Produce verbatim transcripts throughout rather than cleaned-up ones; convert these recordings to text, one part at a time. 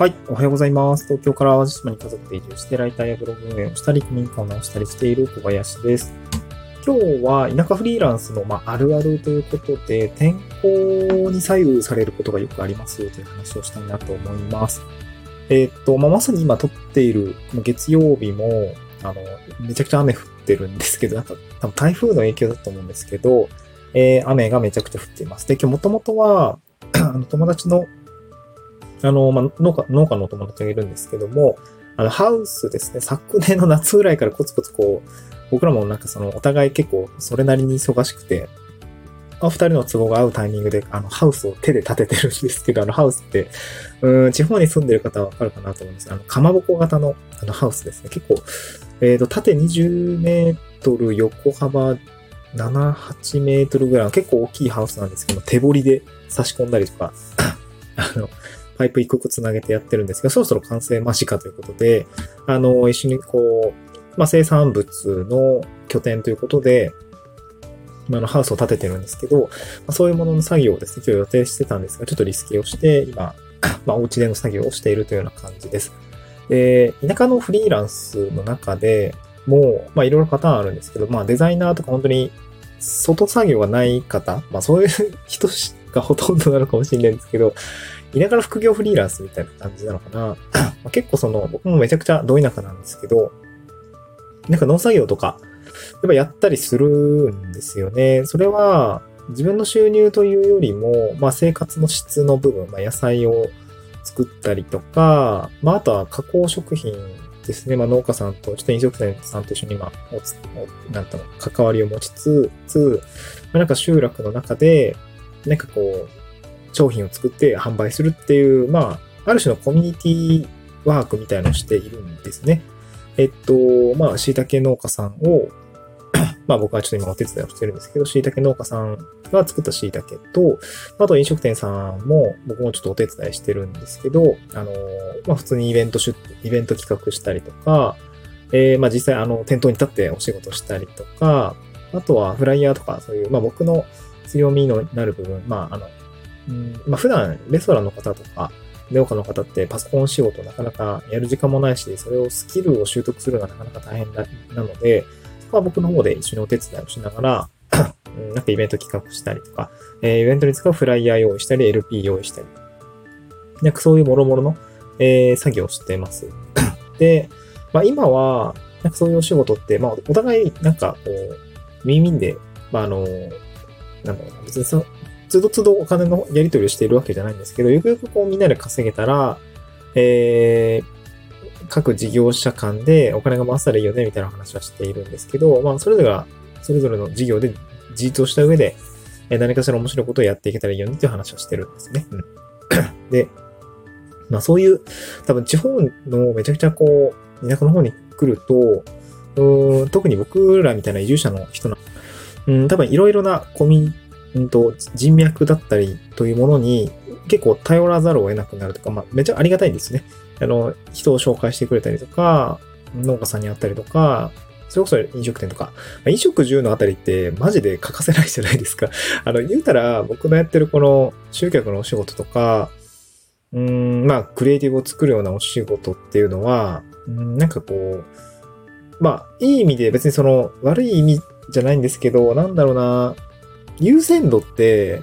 はい、おはようございます。東京から淡路島に家族で移住してライターやブログ運営をしたり、古民家を直したりしている小林です。今日は田舎フリーランスの、まあ、あるあるということで、天候に左右されることがよくありますという話をしたいなと思います。えー、っと、まあ、まさに今撮っている月曜日も、あの、めちゃくちゃ雨降ってるんですけど、なんか多分台風の影響だと思うんですけど、えー、雨がめちゃくちゃ降っています。で、今日もともとは、あの友達のあの、まあ、農家、農家のお友達がいるんですけども、あの、ハウスですね、昨年の夏ぐらいからコツコツこう、僕らもなんかその、お互い結構それなりに忙しくて、あ、二人の都合が合うタイミングで、あの、ハウスを手で立ててるんですけど、あの、ハウスって、うーん、地方に住んでる方はわかるかなと思うんですが、あの、かまぼこ型の、あの、ハウスですね。結構、えっと、縦にじゅうメートル、横幅なな、はちメートルぐらいの結構大きいハウスなんですけど、手彫りで差し込んだりとか、あの、パイプ一個一個つなげてやってるんですが、そろそろ完成間近ということで、あの、一緒にこう、まあ、生産物の拠点ということで、あの、ハウスを建ててるんですけど、まあ、そういうものの作業をですね、今日予定してたんですが、ちょっとリスケをして、今、まあ、お家での作業をしているというような感じです。で、田舎のフリーランスの中でもう、まあ、いろいろパターンあるんですけど、まあ、デザイナーとか本当に、外作業がない方、まあ、そういう人がほとんどなのかもしれないんですけど、田舎の副業フリーランスみたいな感じなのかな。まあ、結構その、僕もめちゃくちゃど田舎なんですけど、なんか農作業とか、やっぱやったりするんですよね。それは、自分の収入というよりも、まあ生活の質の部分、まあ野菜を作ったりとか、まああとは加工食品ですね。まあ農家さんと、ちょっと飲食店さんと一緒に今、おつ、おなんとの、関わりを持ちつつ、まあ、なんか集落の中で、なんかこう、商品を作って販売するっていう、まあ、ある種のコミュニティワークみたいなのをしているんですね。えっと、まあ、椎茸農家さんを、まあ僕はちょっと今お手伝いをしてるんですけど、椎茸農家さんが作った椎茸と、あと飲食店さんも僕もちょっとお手伝いしてるんですけど、あの、まあ普通にイベント出、イベント企画したりとか、えー、まあ実際あの店頭に立ってお仕事したりとか、あとはフライヤーとかそういう、まあ僕の強みになる部分、まああの、うんまあ、普段レストランの方とか農家の方ってパソコン仕事なかなかやる時間もないし、それをスキルを習得するのはなかなか大変なので、そこは僕の方で一緒にお手伝いをしながら、なんかイベント企画したりとか、えー、イベントに使うフライヤー用意したり、エルピー 用意したり、なんかそういう諸々の、えー、作業をしています。で、まあ今は、なんかそういうお仕事って、まあお互いなんかこう、ウィンウィンで、まああの、なんだろうな、別にその、つどつどお金のやり取りをしているわけじゃないんですけど、よくよくこうみんなで稼げたら、えー、各事業者間でお金が回せたらいいよねみたいな話はしているんですけど、まあそれぞれが、それぞれの事業で自立をした上で、何かしら面白いことをやっていけたらいいよねっていう話はしてるんですね。うん、で、まあそういう、多分地方のめちゃくちゃこう、田舎の方に来ると、うーん特に僕らみたいな移住者の人の、うん、多分いろいろなコミュニティうんと、人脈だったりというものに結構頼らざるを得なくなるとか、まあ、めっちゃありがたいんですね。あの、人を紹介してくれたりとか、農家さんに会ったりとか、それこそ飲食店とか、飲食住のあたりってマジで欠かせないじゃないですか。あの、言うたら僕のやってるこの集客のお仕事とか、うーん、まあ、クリエイティブを作るようなお仕事っていうのは、うん、なんかこう、まあ、いい意味で別にその悪い意味じゃないんですけど、なんだろうな、優先度って、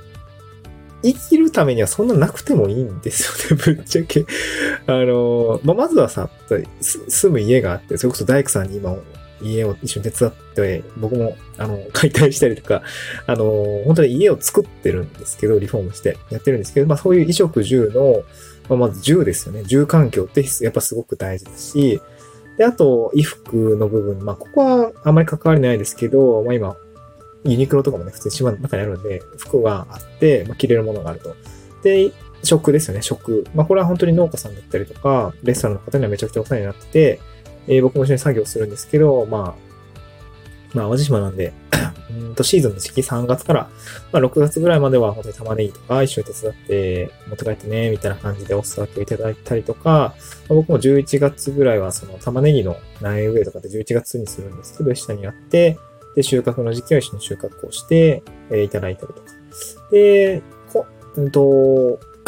生きるためにはそんななくてもいいんですよね、ぶっちゃけ。あの、まあ、まずはさ、住む家があって、それこそ大工さんに今、家を一緒に手伝って、僕も、あの、解体したりとか、あの、本当に家を作ってるんですけど、リフォームしてやってるんですけど、まあ、そういう衣食住の、まあ、まず住ですよね。住環境ってやっぱすごく大事だし、で、あと、衣服の部分、まあ、ここはあんまり関わりないですけど、まあ、今、ユニクロとかもね、普通に島の中にあるんで、服があって、まあ、着れるものがあると。で、食ですよね、食。まあ、これは本当に農家さんだったりとか、レストランの方にはめちゃくちゃお世話になってて、えー、僕も一緒に作業するんですけど、まあ、まあ、淡路島なんで、うんとシーズンの時期さんがつから、まあ、ろくがつぐらいまでは本当に玉ねぎとか一緒に手伝って持って帰ってね、みたいな感じでお裾分けをいただいたりとか、まあ、僕もじゅういちがつぐらいはその玉ねぎの苗植えとかでじゅういちがつにするんですけど、下にやって、で、収穫の時期は一緒に収穫をして、えー、いただいたりとか。で、こ、うんと、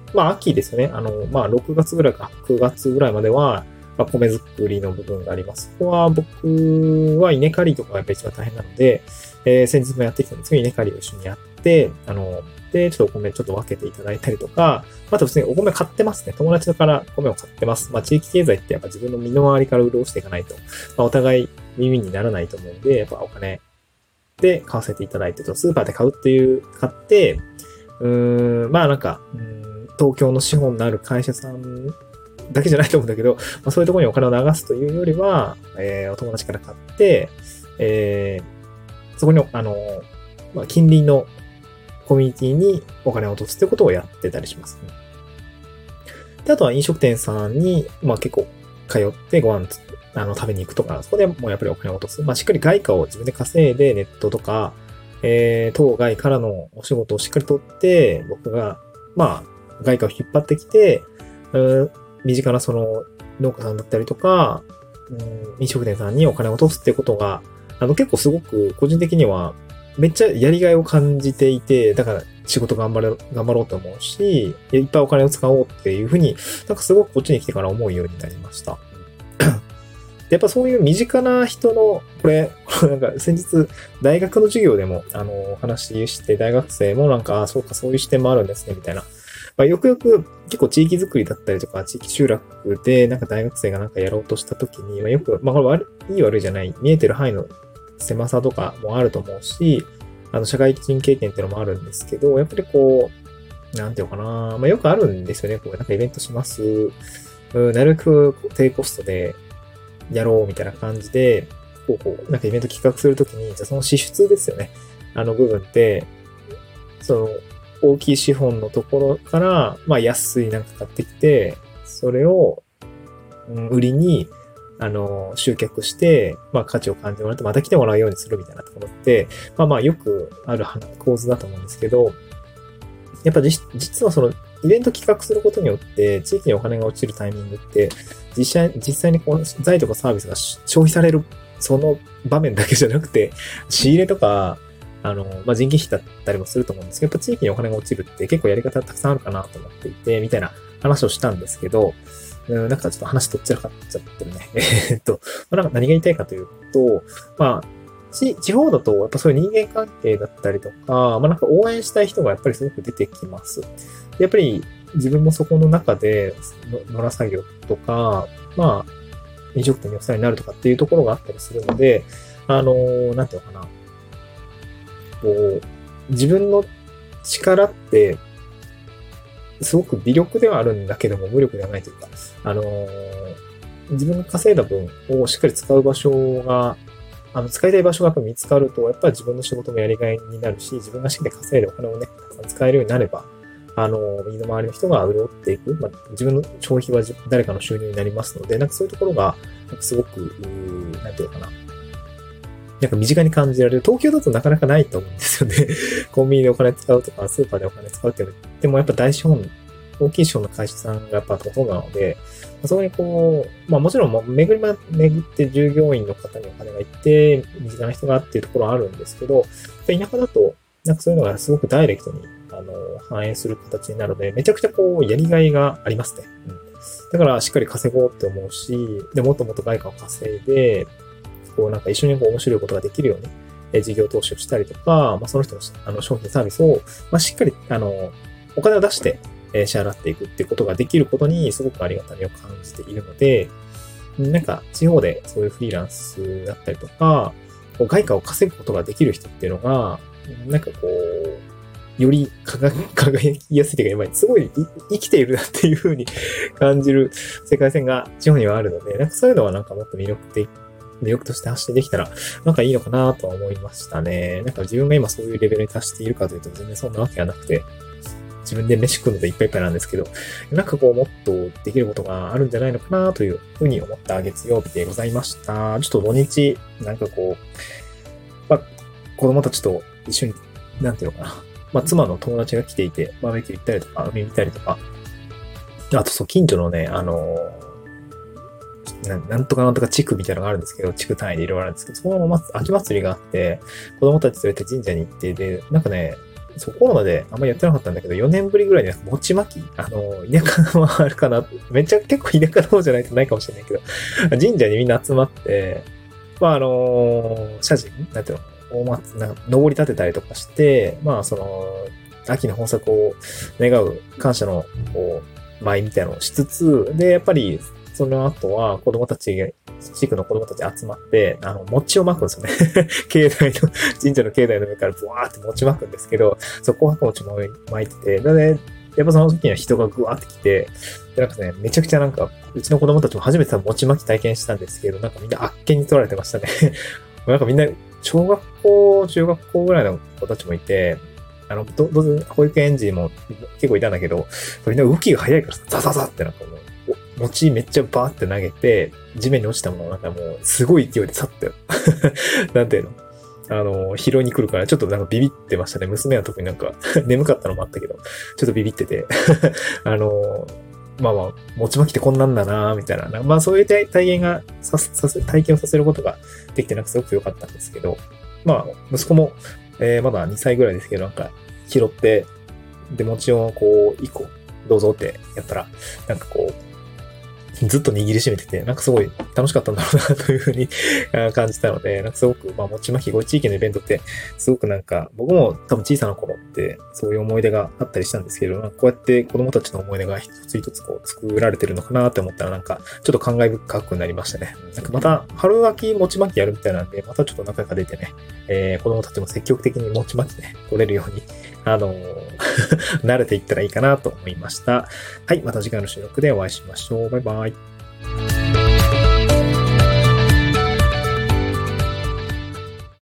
まあ秋ですよね。あの、まあろくがつぐらいか、くがつぐらいまでは、まあ、米作りの部分があります。ここは僕は稲刈りとかがやっぱり一番大変なので、えー、先日もやってきたんですけど、稲刈りを一緒にやって、あの、で、ちょっとお米ちょっと分けていただいたりとか、あと普通にお米買ってますね。友達から米を買ってます。まあ地域経済ってやっぱ自分の身の回りから潤していかないと、まあ、お互い耳にならないと思うんで、やっぱお金で買わせていただいてと、スーパーで買うっていう、買って、うーん、まあなんか、うーん東京の資本のある会社さんだけじゃないと思うんだけど、まあ、そういうところにお金を流すというよりは、えー、お友達から買って、えー、そこに、あの、まあ、近隣のコミュニティにお金を落とすということをやってたりします。で、あとは飲食店さんに、まあ結構通ってご飯あの食べに行くとか、そこでもうやっぱりお金を落とす。まあしっかり外貨を自分で稼いでネットとか、えー、当該からのお仕事をしっかり取って、僕が、まあ、外貨を引っ張ってきて、身近なその農家さんだったりとか、うん、飲食店さんにお金を落とすっていうことが、あの結構すごく個人的にはめっちゃやりがいを感じていて、だから仕事頑張れ、頑張ろうと思うし、いっぱいお金を使おうっていうふうに、なんかすごくこっちに来てから思うようになりました。やっぱそういう身近な人の、これ、なんか先日大学の授業でも、あの、お話しして、大学生もなんか、あ、そうか、そういう視点もあるんですね、みたいな。まあ、よくよく結構地域づくりだったりとか、地域集落でなんか大学生がなんかやろうとしたときに、まあ、よく、まあ、これ悪い、いい悪いじゃない、見えてる範囲の狭さとかもあると思うし、あの、社会人経験っていうのもあるんですけど、やっぱりこう、なんていうのかな、まあ、よくあるんですよね、こう、なんかイベントします。うん、なるべく低コストでやろうみたいな感じで、こう、こう、なんかイベント企画するときに、じゃあその支出ですよね。あの部分って、その、大きい資本のところから、まあ安いなんか買ってきて、それを、うん、売りに、あの、集客して、まあ価値を感じてもらって、また来てもらうようにするみたいなところって、まあまあよくある構図だと思うんですけど、やっぱ実実はその、イベント企画することによって、地域にお金が落ちるタイミングって、実際、実際にこう、財とかサービスが消費される、その場面だけじゃなくて、仕入れとか、あの、まあ、人件費だったりもすると思うんですけど、やっぱ地域にお金が落ちるって結構やり方たくさんあるかなと思っていて、みたいな話をしたんですけど、うん、なんかちょっと話とっちらかっちゃってるね。えっと、まあ、なんか何が言いたいかというと、まあ、地, 地方だと、やっぱそういう人間関係だったりとか、まあなんか応援したい人がやっぱりすごく出てきます。やっぱり自分もそこの中で、野良作業とか、まあ、飲食店にお世話になるとかっていうところがあったりするので、あの、なんていうのかな。こう、自分の力って、すごく微力ではあるんだけども、無力ではないというか、あの、自分が稼いだ分をしっかり使う場所が、あの、使いたい場所がやっぱ見つかると、やっぱり自分の仕事もやりがいになるし、自分がしっかり稼いでお金をね、たくさん使えるようになれば、あの、身の回りの人が潤っていく。まあ、自分の消費は誰かの収入になりますので、なんかそういうところが、なんかすごく、なんていうのかな。なんか身近に感じられる。東京だとなかなかないと思うんですよね。コンビニでお金使うとか、スーパーでお金使うって言っても、やっぱ大資本、大きい資本の会社さんがやっぱほとんどなので、そこにこう、まあもちろん巡り巡って従業員の方にお金がいって、身近な人がっていうところはあるんですけど、田舎だと、なんかそういうのがすごくダイレクトに、あの、反映する形になるので、めちゃくちゃこう、やりがいがありますね。うん。だからしっかり稼ごうって思うし、で、もっともっと外貨を稼いで、こうなんか一緒にこう面白いことができるように、え事業投資をしたりとか、まあその人のあの商品サービスを、まあしっかり、あの、お金を出して、え支払っていくっていうことができることにすごくありがたみを感じているので、なんか地方でそういうフリーランスだったりとか、こう外貨を稼ぐことができる人っていうのが、なんかこう、より輝きやすいというか、今すごい生きているなっていう風に感じる世界線が地方にはあるので、なんかそういうのはなんかもっと魅力的、魅力として発信できたら、なんかいいのかなとは思いましたね。なんか自分が今そういうレベルに達しているかというと全然そんなわけがなくて、自分で飯食うのでいっぱいいっぱいなんですけど、なんかこうもっとできることがあるんじゃないのかなというふうに思った月曜日でございました。ちょっと土日、なんかこう、まあ、子供たちと一緒に、なんていうのかな。まあ、妻の友達が来ていて、バーベキュー行ったりとか、海見たりとか、あとそう、近所のね、あのな、なんとかなんとか地区みたいなのがあるんですけど、地区単位でいろいろあるんですけど、そこの秋祭りがあって、子供たち連れて神社に行って、で、なんかね、 そう、コロナであんまりやってなかったんだけど、よねんぶりぐらいに餅巻き、あの、田舎はあるかな。めっちゃ結構田舎の方じゃないとないかもしれないけど、神社にみんな集まって、まああの、社寺、なんていうの、大松、なんか登り立てたりとかして、まあその、秋の豊作を願う感謝の、こう、舞みたいなのをしつつ、で、やっぱり、その後は子供たちが、地区の子供たち集まって、あの、餅を巻くんですよね。境内の、神社の境内の上からブワーって餅巻くんですけど、そこは餅も巻いてて、で、やっぱその時には人がぐわーって来て、で、なんかね、めちゃくちゃなんか、うちの子供たちも初めて餅巻き体験したんですけど、なんかみんなあっけに取られてましたね。なんかみんな、小学校、中学校ぐらいの子たちもいて、あの、ど、どう保育園児も結構いたんだけど、みんな動きが速いからさ、ザザザってなんかもう、餅めっちゃバーって投げて、地面に落ちたものをなんかもう、すごい勢いで去って、なんていうのあの、拾いに来るから、ちょっとなんかビビってましたね。娘は特になんか、眠かったのもあったけど、ちょっとビビってて、あの、まあまあ、餅巻きってこんなんだなみたいな。まあそういう体験がささせ、体験をさせることができてなんかすごく良かったんですけど、まあ、息子も、えー、まだにさいぐらいですけど、なんか、拾って、で、餅をこう、いっこ、どうぞってやったら、なんかこう、ずっと握りしめてて、なんかすごい楽しかったんだろうなというふうに感じたので、なんかすごく、まあ、餅巻き、ご地域のイベントって、すごくなんか、僕も多分小さな頃って、そういう思い出があったりしたんですけど、なんかこうやって子供たちの思い出が一つ一つこう作られてるのかなって思ったら、なんか、ちょっと感慨深くなりましたね。なんかまた、春秋餅巻きやるみたいなんで、またちょっと仲が出てね、えー、子供たちも積極的に餅巻きね、取れるように、あのー、慣れていったらいいかなと思いました。はい、また次回の収録でお会いしましょう。バイバイ。